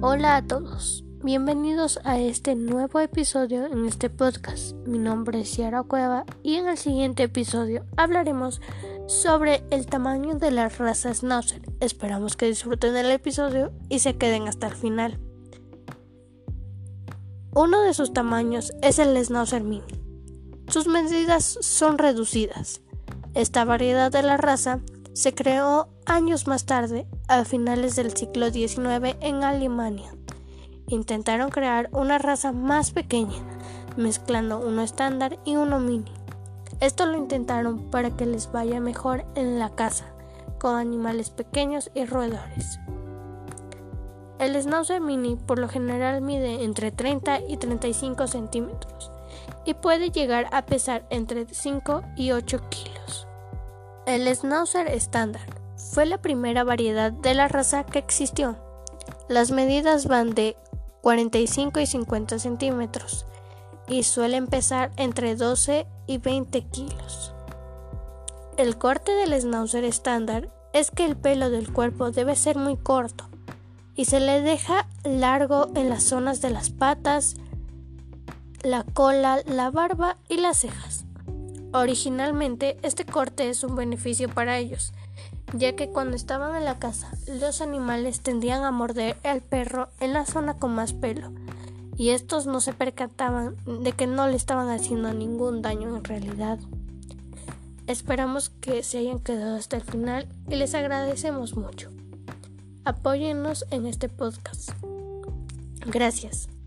Hola a todos, bienvenidos a este nuevo episodio en este podcast. Mi nombre es Ciara Cueva y en el siguiente episodio hablaremos sobre el tamaño de la raza Schnauzer. Esperamos que disfruten el episodio y se queden hasta el final. Uno de sus tamaños es el Schnauzer Mini. Sus medidas son reducidas. Esta variedad de la raza se creó años más tarde, a finales del siglo XIX en Alemania. Intentaron crear una raza más pequeña, mezclando uno estándar y uno mini. Esto lo intentaron para que les vaya mejor en la caza, con animales pequeños y roedores. El Schnauzer Mini por lo general mide entre 30 y 35 centímetros y puede llegar a pesar entre 5 y 8 kilos. El Schnauzer estándar fue la primera variedad de la raza que existió. Las medidas van de 45 y 50 centímetros y suelen pesar entre 12 y 20 kilos. El corte del Schnauzer estándar es que el pelo del cuerpo debe ser muy corto y se le deja largo en las zonas de las patas, la cola, la barba y las cejas. Originalmente, este corte es un beneficio para ellos, ya que cuando estaban en la caza, los animales tendían a morder al perro en la zona con más pelo, y estos no se percataban de que no le estaban haciendo ningún daño en realidad. Esperamos que se hayan quedado hasta el final y les agradecemos mucho. Apóyennos en este podcast. Gracias.